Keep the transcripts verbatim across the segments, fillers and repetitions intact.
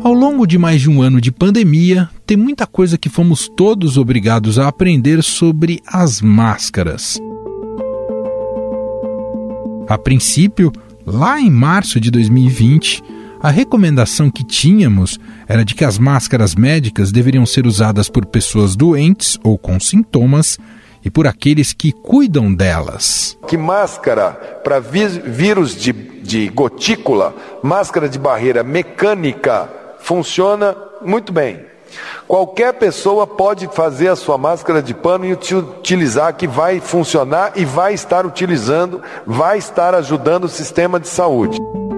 Ao longo de mais de um ano de pandemia, tem muita coisa que fomos todos obrigados a aprender sobre as máscaras. A princípio, lá em março de dois mil e vinte, a recomendação que tínhamos era de que as máscaras médicas deveriam ser usadas por pessoas doentes ou com sintomas e por aqueles que cuidam delas. Que máscara para vírus de, de gotícula, máscara de barreira mecânica, funciona muito bem. Qualquer pessoa pode fazer a sua máscara de pano e utilizar, que vai funcionar e vai estar utilizando, vai estar ajudando o sistema de saúde.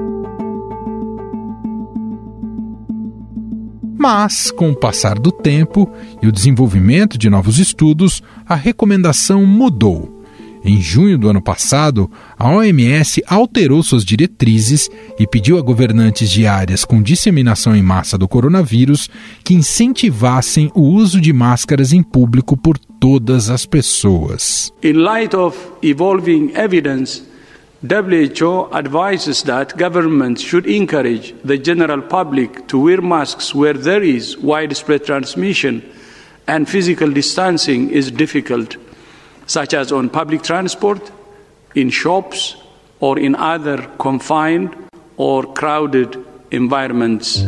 Mas, com o passar do tempo e o desenvolvimento de novos estudos, a recomendação mudou. Em junho do ano passado, a O M S alterou suas diretrizes e pediu a governantes de áreas com disseminação em massa do coronavírus que incentivassem o uso de máscaras em público por todas as pessoas. In light of evolving evidence, W H O advises that governments should encourage the general public to wear masks where there is widespread transmission and physical distancing is difficult, such as on public transport, in shops, or in other confined or crowded environments.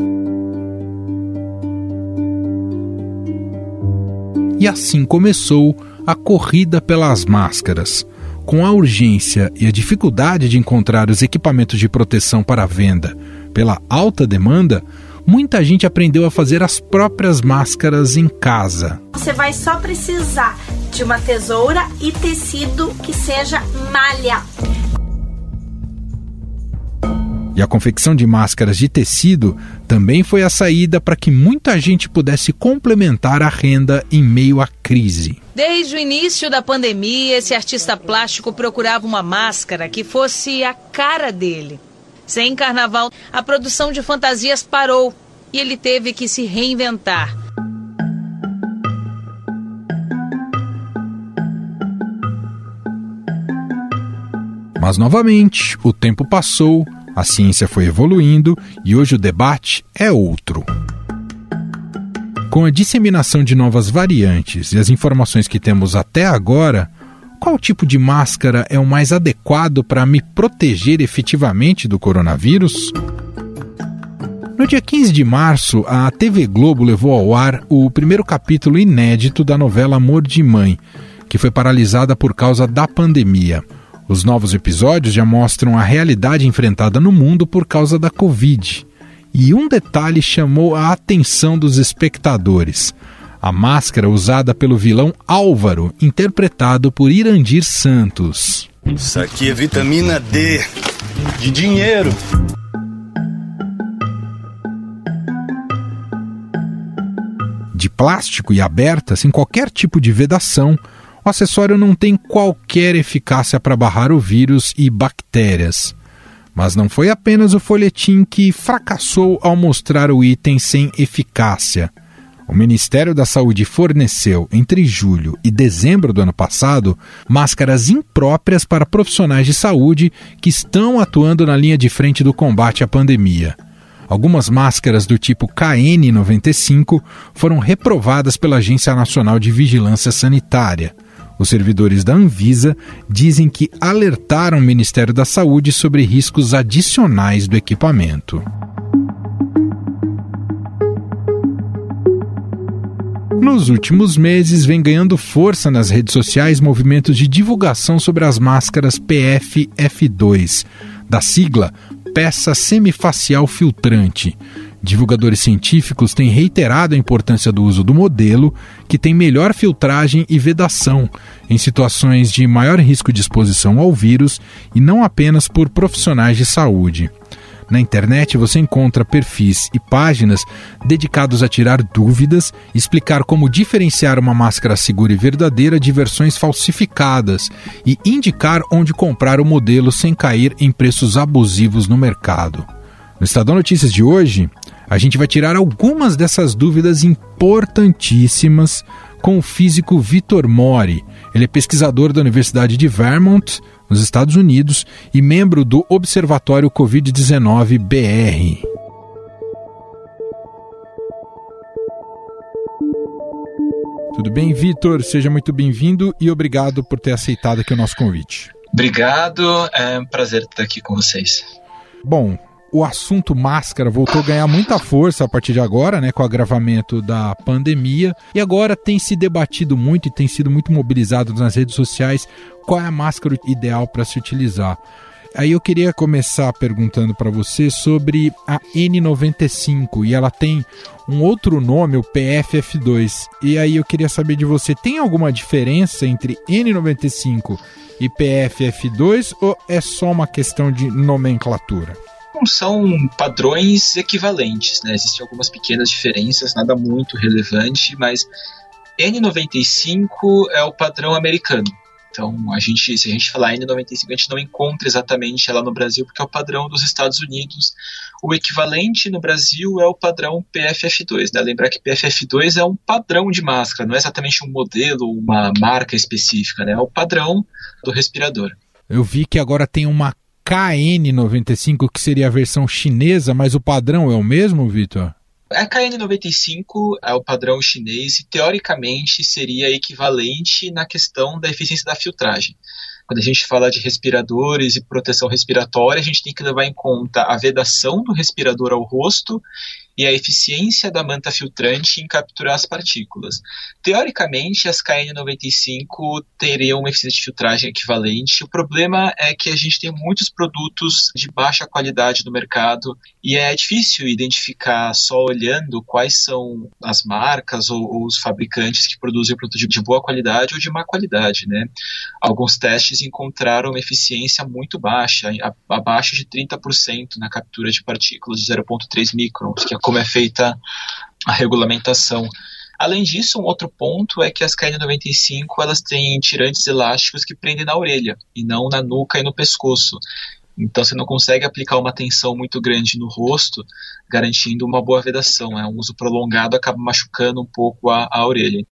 E assim começou a corrida pelas máscaras. Com a urgência e a dificuldade de encontrar os equipamentos de proteção para a venda pela alta demanda, muita gente aprendeu a fazer as próprias máscaras em casa. Você vai só precisar de uma tesoura e tecido que seja malha. E a confecção de máscaras de tecido também foi a saída para que muita gente pudesse complementar a renda em meio à crise. Desde o início da pandemia, esse artista plástico procurava uma máscara que fosse a cara dele. Sem carnaval, a produção de fantasias parou e ele teve que se reinventar. Mas, novamente, o tempo passou, a ciência foi evoluindo e hoje o debate é outro. Com a disseminação de novas variantes e as informações que temos até agora, qual tipo de máscara é o mais adequado para me proteger efetivamente do coronavírus? No dia quinze de março, a T V Globo levou ao ar o primeiro capítulo inédito da novela Amor de Mãe, que foi paralisada por causa da pandemia. Os novos episódios já mostram a realidade enfrentada no mundo por causa da Covid. E um detalhe chamou a atenção dos espectadores: a máscara usada pelo vilão Álvaro, interpretado por Irandir Santos. Isso aqui é vitamina D, de dinheiro. De plástico e aberta, sem qualquer tipo de vedação, o acessório não tem qualquer eficácia para barrar o vírus e bactérias. Mas não foi apenas o folhetim que fracassou ao mostrar o item sem eficácia. O Ministério da Saúde forneceu, entre julho e dezembro do ano passado, máscaras impróprias para profissionais de saúde que estão atuando na linha de frente do combate à pandemia. Algumas máscaras do tipo K N noventa e cinco foram reprovadas pela Agência Nacional de Vigilância Sanitária. Os servidores da Anvisa dizem que alertaram o Ministério da Saúde sobre riscos adicionais do equipamento. Nos últimos meses, vem ganhando força nas redes sociais movimentos de divulgação sobre as máscaras P F F dois, da sigla Peça Semifacial Filtrante. Divulgadores científicos têm reiterado a importância do uso do modelo, que tem melhor filtragem e vedação, em situações de maior risco de exposição ao vírus e não apenas por profissionais de saúde. Na internet você encontra perfis e páginas dedicados a tirar dúvidas, explicar como diferenciar uma máscara segura e verdadeira de versões falsificadas e indicar onde comprar o modelo sem cair em preços abusivos no mercado. No Estadão Notícias de hoje, a gente vai tirar algumas dessas dúvidas importantíssimas com o físico Vitor Mori. Ele é pesquisador da Universidade de Vermont, nos Estados Unidos, e membro do Observatório covid dezenove B R. Tudo bem, Vitor? Seja muito bem-vindo e obrigado por ter aceitado aqui o nosso convite. Obrigado, é um prazer estar aqui com vocês. Bom, o assunto máscara voltou a ganhar muita força a partir de agora, né, com o agravamento da pandemia, e agora tem se debatido muito e tem sido muito mobilizado nas redes sociais qual é a máscara ideal para se utilizar. Aí eu queria começar perguntando para você sobre a N noventa e cinco, e ela tem um outro nome, o P F F dois. E aí eu queria saber de você, tem alguma diferença entre N noventa e cinco e P F F dois ou é só uma questão de nomenclatura? São padrões equivalentes, né? Existem algumas pequenas diferenças, nada muito relevante, mas N noventa e cinco é o padrão americano. Então, a gente, se a gente falar N noventa e cinco, a gente não encontra exatamente ela no Brasil, porque é o padrão dos Estados Unidos. O equivalente no Brasil é o padrão P F F dois. Né? Lembrar que P F F dois é um padrão de máscara, não é exatamente um modelo, uma marca específica, né? É o padrão do respirador. Eu vi que agora tem uma K N noventa e cinco, que seria a versão chinesa, mas o padrão é o mesmo, Vitor? A K N noventa e cinco é o padrão chinês e, teoricamente, seria equivalente na questão da eficiência da filtragem. Quando a gente fala de respiradores e proteção respiratória, a gente tem que levar em conta a vedação do respirador ao rosto e a eficiência da manta filtrante em capturar as partículas. Teoricamente, as K N noventa e cinco teriam uma eficiência de filtragem equivalente. O problema é que a gente tem muitos produtos de baixa qualidade no mercado e é difícil identificar só olhando quais são as marcas ou, ou os fabricantes que produzem produto de boa qualidade ou de má qualidade, né? Alguns testes encontraram uma eficiência muito baixa, abaixo de trinta por cento na captura de partículas de zero vírgula três microns, que é como é feita a regulamentação. Além disso, um outro ponto é que as K N noventa e cinco elas têm tirantes elásticos que prendem na orelha e não na nuca e no pescoço. Então você não consegue aplicar uma tensão muito grande no rosto, garantindo uma boa vedação. É um uso prolongado, acaba machucando um pouco a, a orelha.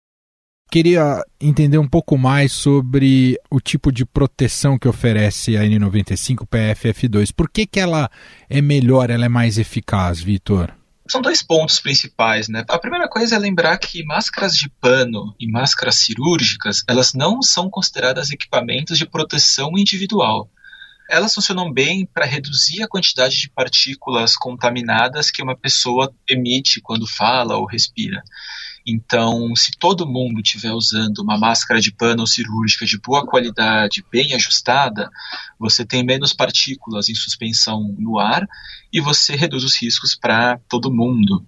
Queria entender um pouco mais sobre o tipo de proteção que oferece a N noventa e cinco P F F dois. Por que que ela é melhor, ela é mais eficaz, Vitor? São dois pontos principais, né? A primeira coisa é lembrar que máscaras de pano e máscaras cirúrgicas, elas não são consideradas equipamentos de proteção individual. Elas funcionam bem para reduzir a quantidade de partículas contaminadas que uma pessoa emite quando fala ou respira. Então, se todo mundo estiver usando uma máscara de pano ou cirúrgica de boa qualidade, bem ajustada, você tem menos partículas em suspensão no ar e você reduz os riscos para todo mundo.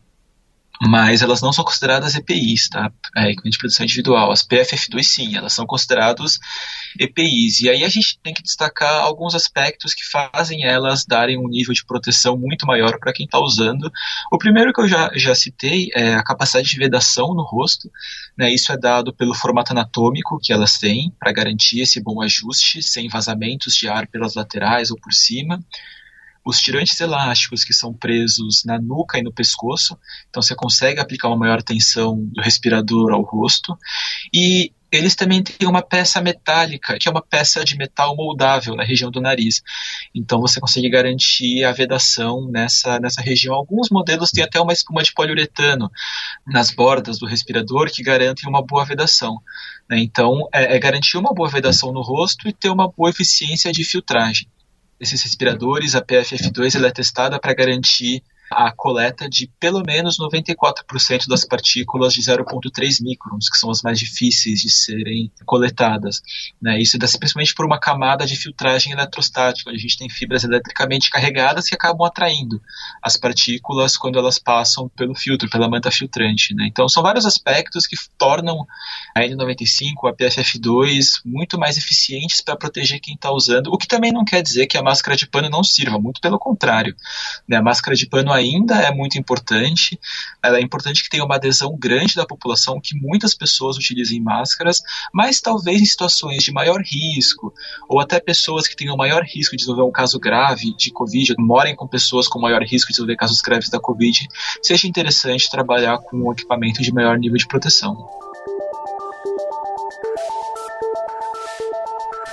Mas elas não são consideradas E P Is, tá? É, equipamento de proteção individual. As P F F dois sim, elas são consideradas E P Is. E aí a gente tem que destacar alguns aspectos que fazem elas darem um nível de proteção muito maior para quem está usando. O primeiro que eu já, já citei é a capacidade de vedação no rosto, né? Isso é dado pelo formato anatômico que elas têm para garantir esse bom ajuste, sem vazamentos de ar pelas laterais ou por cima. Os tirantes elásticos que são presos na nuca e no pescoço, então você consegue aplicar uma maior tensão do respirador ao rosto, e eles também têm uma peça metálica, que é uma peça de metal moldável na região do nariz, então você consegue garantir a vedação nessa, nessa região. Alguns modelos têm até uma espuma de poliuretano nas bordas do respirador que garantem uma boa vedação, né? Então é, é garantir uma boa vedação no rosto e ter uma boa eficiência de filtragem. Esses respiradores, a P F F dois, ela é testada para garantir a coleta de pelo menos noventa e quatro por cento das partículas de zero vírgula três microns, que são as mais difíceis de serem coletadas, né? Isso é principalmente por uma camada de filtragem eletrostática, onde a gente tem fibras eletricamente carregadas que acabam atraindo as partículas quando elas passam pelo filtro, pela manta filtrante, né? Então são vários aspectos que tornam a N noventa e cinco, a P F F dois, muito mais eficientes para proteger quem está usando, o que também não quer dizer que a máscara de pano não sirva, muito pelo contrário, né? A máscara de pano ainda é muito importante, ela é importante que tenha uma adesão grande da população, que muitas pessoas utilizem máscaras, mas talvez em situações de maior risco, ou até pessoas que tenham maior risco de desenvolver um caso grave de Covid, morem com pessoas com maior risco de desenvolver casos graves da Covid, seja interessante trabalhar com um equipamento de maior nível de proteção.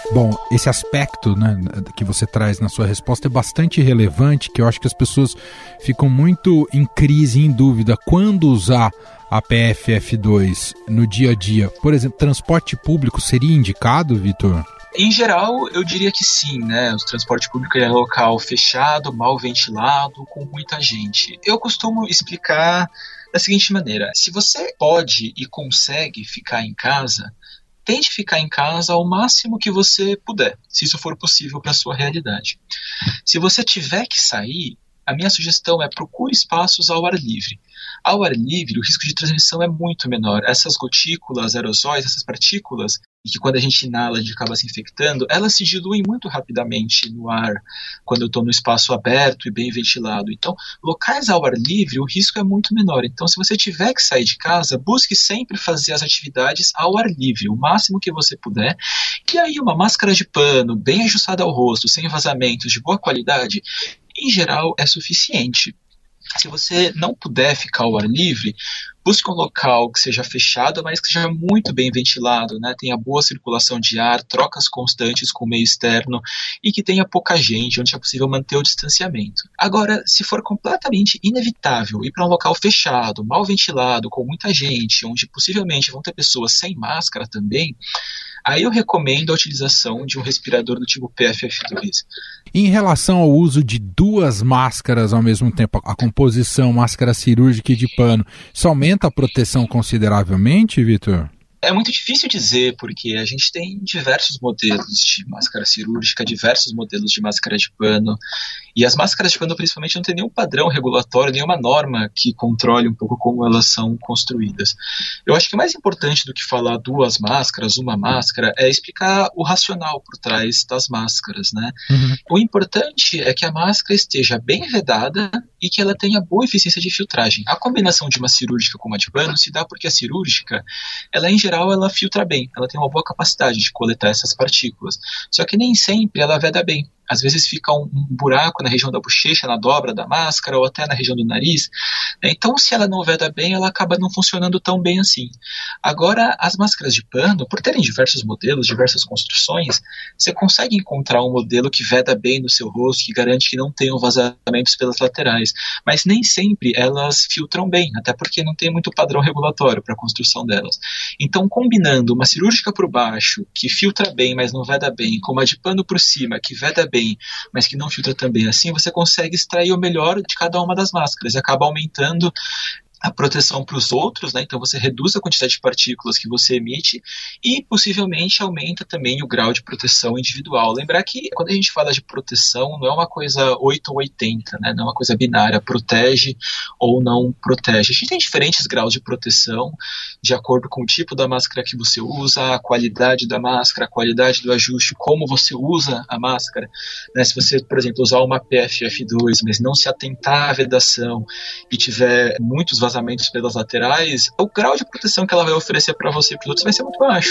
Bom, esse aspecto, né, que você traz na sua resposta é bastante relevante, que eu acho que as pessoas ficam muito em crise, em dúvida, quando usar a P F F dois no dia a dia. Por exemplo, transporte público seria indicado, Vitor? Em geral, eu diria que sim, né? O transporte público é local fechado, mal ventilado, com muita gente. Eu costumo explicar da seguinte maneira: se você pode e consegue ficar em casa, tente ficar em casa ao máximo que você puder, se isso for possível para a sua realidade. Se você tiver que sair, a minha sugestão é procure espaços ao ar livre. Ao ar livre, o risco de transmissão é muito menor. Essas gotículas, aerosóis, essas partículas, e que quando a gente inala a gente acaba se infectando, elas se diluem muito rapidamente no ar, quando eu estou no espaço aberto e bem ventilado. Então, locais ao ar livre, o risco é muito menor. Então, se você tiver que sair de casa, busque sempre fazer as atividades ao ar livre, o máximo que você puder. E aí, uma máscara de pano, bem ajustada ao rosto, sem vazamentos, de boa qualidade, em geral, é suficiente. Se você não puder ficar ao ar livre, busque um local que seja fechado, mas que seja muito bem ventilado, né? Tenha boa circulação de ar, trocas constantes com o meio externo e que tenha pouca gente, onde é possível manter o distanciamento. Agora, se for completamente inevitável ir para um local fechado, mal ventilado, com muita gente, onde possivelmente vão ter pessoas sem máscara também, aí eu recomendo a utilização de um respirador do tipo P F F dois. Em relação ao uso de duas máscaras ao mesmo tempo, a composição máscara cirúrgica e de pano, isso aumenta a proteção consideravelmente, Vitor? É muito difícil dizer, porque a gente tem diversos modelos de máscara cirúrgica, diversos modelos de máscara de pano, e as máscaras de pano principalmente não tem nenhum padrão regulatório, nenhuma norma que controle um pouco como elas são construídas. Eu acho que o mais importante do que falar duas máscaras, uma máscara, é explicar o racional por trás das máscaras, né? Uhum. O importante é que a máscara esteja bem vedada e que ela tenha boa eficiência de filtragem. A combinação de uma cirúrgica com uma de pano se dá porque a cirúrgica, ela em geral, ela filtra bem, ela tem uma boa capacidade de coletar essas partículas. Só que nem sempre ela veda bem. Às vezes fica um, um buraco na região da bochecha, na dobra da máscara, ou até na região do nariz. Então, se ela não veda bem, ela acaba não funcionando tão bem assim. Agora, as máscaras de pano, por terem diversos modelos, diversas construções, você consegue encontrar um modelo que veda bem no seu rosto, que garante que não tenham vazamentos pelas laterais. Mas nem sempre elas filtram bem, até porque não tem muito padrão regulatório para a construção delas. Então, combinando uma cirúrgica por baixo, que filtra bem, mas não veda bem, com uma de pano por cima, que veda bem, mas que não filtra também assim, você consegue extrair o melhor de cada uma das máscaras e acaba aumentando a proteção para os outros, né? Então você reduz a quantidade de partículas que você emite e possivelmente aumenta também o grau de proteção individual. Lembrar que quando a gente fala de proteção não é uma coisa oito ou oitenta, né? Não é uma coisa binária, protege ou não protege. A gente tem diferentes graus de proteção de acordo com o tipo da máscara que você usa, a qualidade da máscara, a qualidade do ajuste, como você usa a máscara, né? Se você, por exemplo, usar uma P F F dois, mas não se atentar à vedação e tiver muitos vazamentos pelas laterais, o grau de proteção que ela vai oferecer para você e para os outros vai ser muito baixo.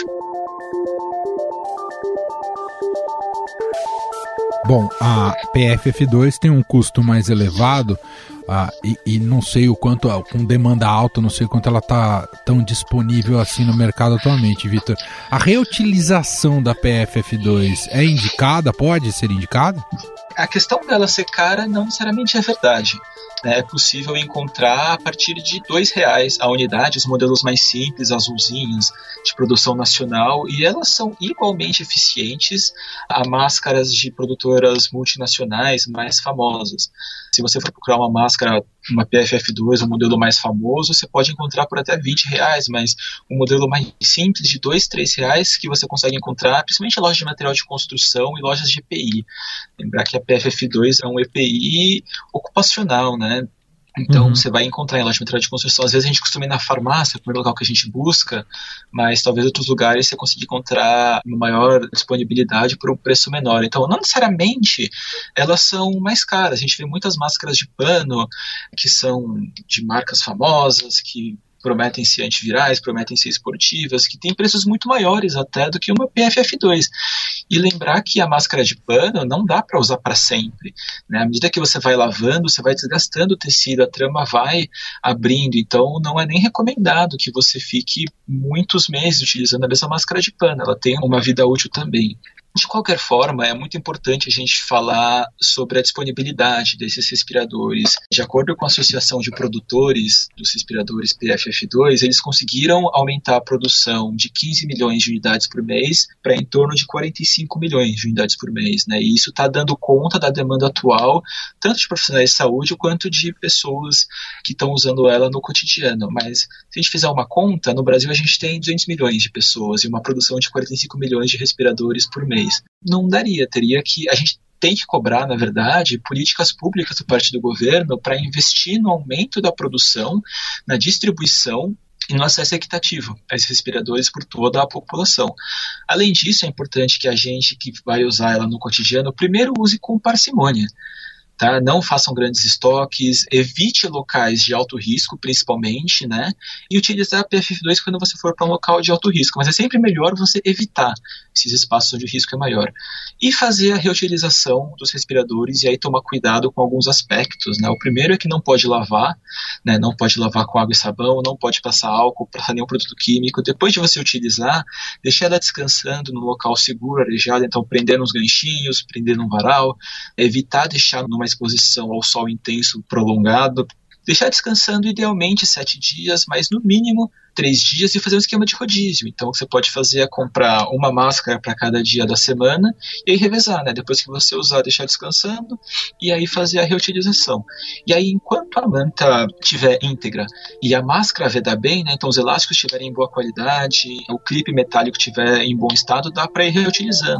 Bom, a P F F dois tem um custo mais elevado ah, e, e não sei o quanto, com demanda alta, não sei o quanto ela está tão disponível assim no mercado atualmente, Vitor. A reutilização da P F F dois é indicada? Pode ser indicada? A questão dela ser cara não necessariamente é verdade. É possível encontrar a partir de dois reais a unidade, os modelos mais simples, azulzinhos, de produção nacional, e elas são igualmente eficientes a máscaras de produtoras multinacionais mais famosas. Se você for procurar uma máscara, uma P F F dois, um modelo mais famoso, você pode encontrar por até vinte reais, mas um modelo mais simples de dois, três reais que você consegue encontrar, principalmente em lojas de material de construção e lojas de E P I. Lembrar que a P F F dois é um E P I ocupacional, né? Então, uhum. Você vai encontrar em loja de material de construção. Às vezes a gente costuma ir na farmácia, o primeiro local que a gente busca, mas talvez em outros lugares você consiga encontrar uma maior disponibilidade por um preço menor. Então, não necessariamente elas são mais caras. A gente vê muitas máscaras de pano que são de marcas famosas, que prometem ser antivirais, prometem ser esportivas, que têm preços muito maiores até do que uma P F F dois. E lembrar que a máscara de pano não dá para usar para sempre, né? À medida que você vai lavando, você vai desgastando o tecido, a trama vai abrindo, então não é nem recomendado que você fique muitos meses utilizando a mesma máscara de pano, ela tem uma vida útil também. De qualquer forma, é muito importante a gente falar sobre a disponibilidade desses respiradores. De acordo com a Associação de Produtores dos Respiradores P F F dois, eles conseguiram aumentar a produção de quinze milhões de unidades por mês para em torno de quarenta e cinco milhões de unidades por mês, né? E isso está dando conta da demanda atual, tanto de profissionais de saúde quanto de pessoas que estão usando ela no cotidiano. Mas se a gente fizer uma conta, no Brasil a gente tem duzentos milhões de pessoas e uma produção de quarenta e cinco milhões de respiradores por mês. Não daria, teria que... A gente tem que cobrar, na verdade, políticas públicas por parte do governo para investir no aumento da produção, na distribuição e no acesso equitativo a esses respiradores por toda a população. Além disso, é importante que a gente que vai usar ela no cotidiano, primeiro use com parcimônia. Tá? Não façam grandes estoques, evite locais de alto risco, principalmente, né? E utilizar a P F F dois quando você for para um local de alto risco. Mas é sempre melhor você evitar esses espaços onde o risco é maior. E fazer a reutilização dos respiradores e aí tomar cuidado com alguns aspectos, né? O primeiro é que não pode lavar, né? Não pode lavar com água e sabão, não pode passar álcool, passar nenhum produto químico. Depois de você utilizar, deixar ela descansando no local seguro, arejado, então prender nos ganchinhos, prender num varal, evitar deixar numa exposição ao sol intenso prolongado, deixar descansando idealmente sete dias, mas no mínimo três dias e fazer um esquema de rodízio. Então o que você pode fazer é comprar uma máscara para cada dia da semana e aí revezar, né? Depois que você usar, deixar descansando e aí fazer a reutilização. E aí enquanto a manta estiver íntegra e a máscara vedar bem, né? Então os elásticos estiverem em boa qualidade, o clipe metálico estiver em bom estado, dá para ir reutilizando.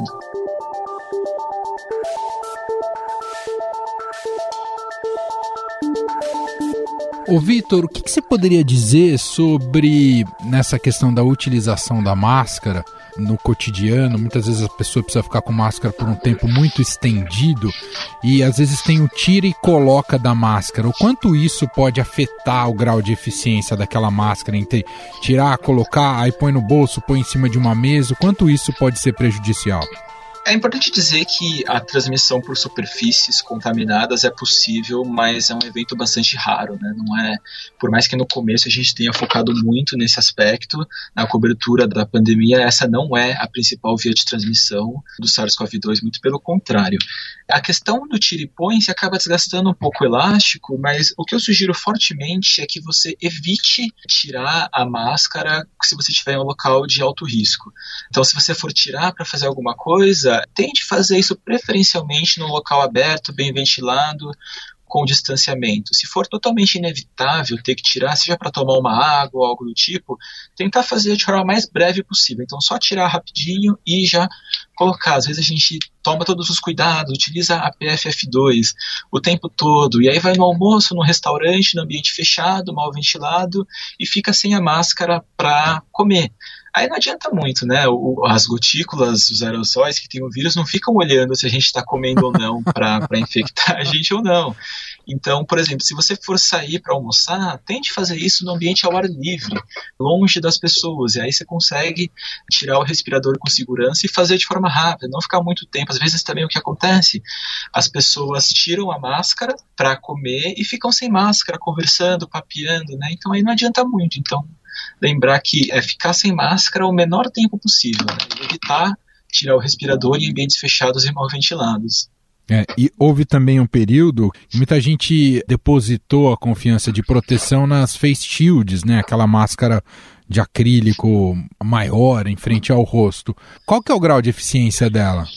Ô Vitor, o que, que você poderia dizer sobre nessa questão da utilização da máscara no cotidiano? Muitas vezes a pessoa precisa ficar com máscara por um tempo muito estendido e às vezes tem o tira e coloca da máscara. O quanto isso pode afetar o grau de eficiência daquela máscara entre tirar, colocar, aí põe no bolso, põe em cima de uma mesa? O quanto isso pode ser prejudicial? É importante dizer que a transmissão por superfícies contaminadas é possível, mas é um evento bastante raro, né? Não é, por mais que no começo a gente tenha focado muito nesse aspecto, na cobertura da pandemia, essa não é a principal via de transmissão do SARS-CoV dois, muito pelo contrário. A questão do tira e põe se acaba desgastando um pouco o elástico, mas o que eu sugiro fortemente é que você evite tirar a máscara se você estiver em um local de alto risco. Então, se você for tirar para fazer alguma coisa, tente fazer isso preferencialmente num local aberto, bem ventilado, com distanciamento. Se for totalmente inevitável ter que tirar, seja para tomar uma água ou algo do tipo, tentar fazer de forma mais breve possível. Então, só tirar rapidinho e já colocar. Às vezes a gente toma todos os cuidados, utiliza a P F F dois o tempo todo, e aí vai no almoço, no restaurante, no ambiente fechado, mal ventilado, e fica sem a máscara para comer. Aí não adianta muito, né? O, as gotículas, os aerossóis que tem o vírus não ficam olhando se a gente está comendo ou não para infectar a gente ou não. Então, por exemplo, se você for sair para almoçar, tente fazer isso no ambiente ao ar livre, longe das pessoas, e aí você consegue tirar o respirador com segurança e fazer de forma rápida, não ficar muito tempo. Às vezes também o que acontece, as pessoas tiram a máscara para comer e ficam sem máscara, conversando, papeando, né? Então aí não adianta muito. Então, lembrar que é ficar sem máscara o menor tempo possível, né? Evitar tirar o respirador em ambientes fechados e mal ventilados. É, e houve também um período que muita gente depositou a confiança de proteção nas face shields, né? Aquela máscara de acrílico maior em frente ao rosto. Qual que é o grau de eficiência dela?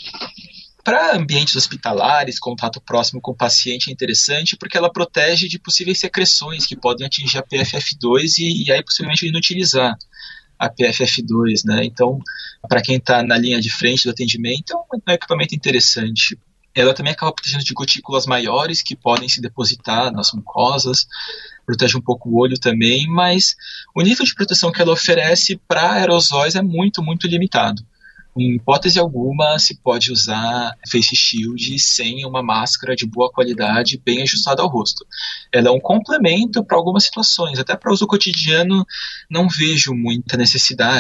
Para ambientes hospitalares, contato próximo com o paciente é interessante porque ela protege de possíveis secreções que podem atingir a P F F dois e, e aí possivelmente inutilizar a P F F dois, né? Então, para quem está na linha de frente do atendimento, é um equipamento interessante. Ela também acaba protegendo de gotículas maiores que podem se depositar nas mucosas, protege um pouco o olho também, mas o nível de proteção que ela oferece para aerosóis é muito, muito limitado. Em hipótese alguma, se pode usar face shield sem uma máscara de boa qualidade, bem ajustada ao rosto. Ela é um complemento para algumas situações, até para uso cotidiano não vejo muita necessidade.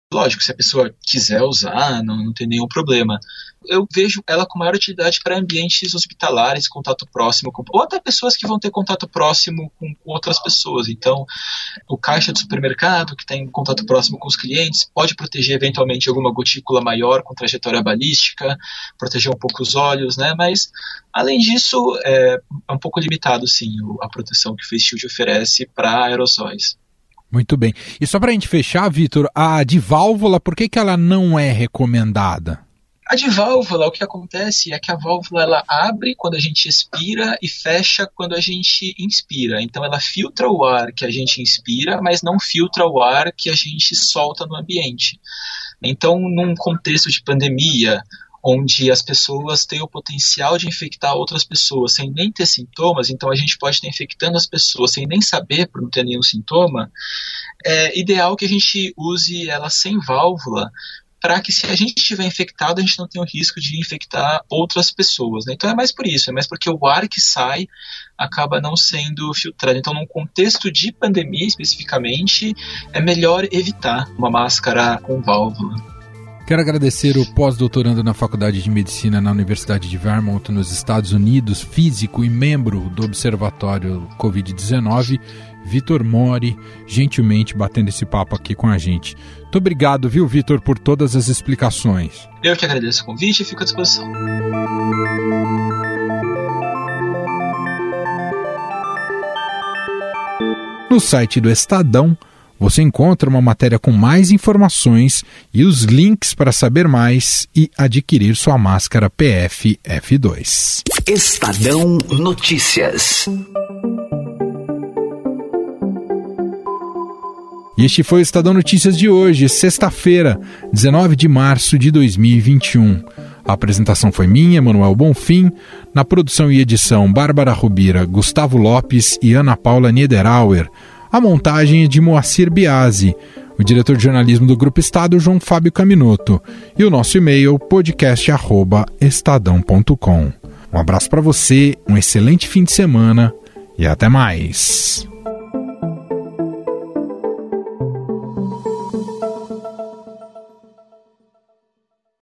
Lógico, se a pessoa quiser usar, não, não tem nenhum problema. Eu vejo ela com maior utilidade para ambientes hospitalares, contato próximo, com, ou até pessoas que vão ter contato próximo com, com outras pessoas. Então, o caixa do supermercado, que tem contato próximo com os clientes, pode proteger eventualmente alguma gotícula maior com trajetória balística, proteger um pouco os olhos, né? Mas, além disso, é, é um pouco limitado, sim, a proteção que o Face Shield oferece para aerossóis. Muito bem. E só para a gente fechar, Vitor, a de válvula, por que, que ela não é recomendada? A de válvula, o que acontece é que a válvula ela abre quando a gente expira e fecha quando a gente inspira. Então ela filtra o ar que a gente inspira, mas não filtra o ar que a gente solta no ambiente. Então, num contexto de pandemia, onde as pessoas têm o potencial de infectar outras pessoas sem nem ter sintomas, então a gente pode estar infectando as pessoas sem nem saber, por não ter nenhum sintoma, é ideal que a gente use ela sem válvula, para que se a gente estiver infectado, a gente não tenha o risco de infectar outras pessoas, né? Então é mais por isso, é mais porque o ar que sai acaba não sendo filtrado. Então, num contexto de pandemia especificamente, é melhor evitar uma máscara com válvula. Quero agradecer o pós-doutorando na Faculdade de Medicina na Universidade de Vermont, nos Estados Unidos, físico e membro do Observatório covid dezenove, Vitor Mori, gentilmente batendo esse papo aqui com a gente. Muito obrigado, viu, Vitor, por todas as explicações. Eu que agradeço o convite e fico à disposição. No site do Estadão, você encontra uma matéria com mais informações e os links para saber mais e adquirir sua máscara P F F dois. Estadão Notícias. E este foi o Estadão Notícias de hoje, sexta-feira, dezenove de março de dois mil e vinte e um. A apresentação foi minha, Manuel Bonfim. Na produção e edição, Bárbara Rubira, Gustavo Lopes e Ana Paula Niederauer. A montagem é de Moacir Biasi. O diretor de jornalismo do Grupo Estado, João Fábio Caminoto. E o nosso e-mail, podcast arroba estadão ponto com. Um abraço para você, um excelente fim de semana e até mais.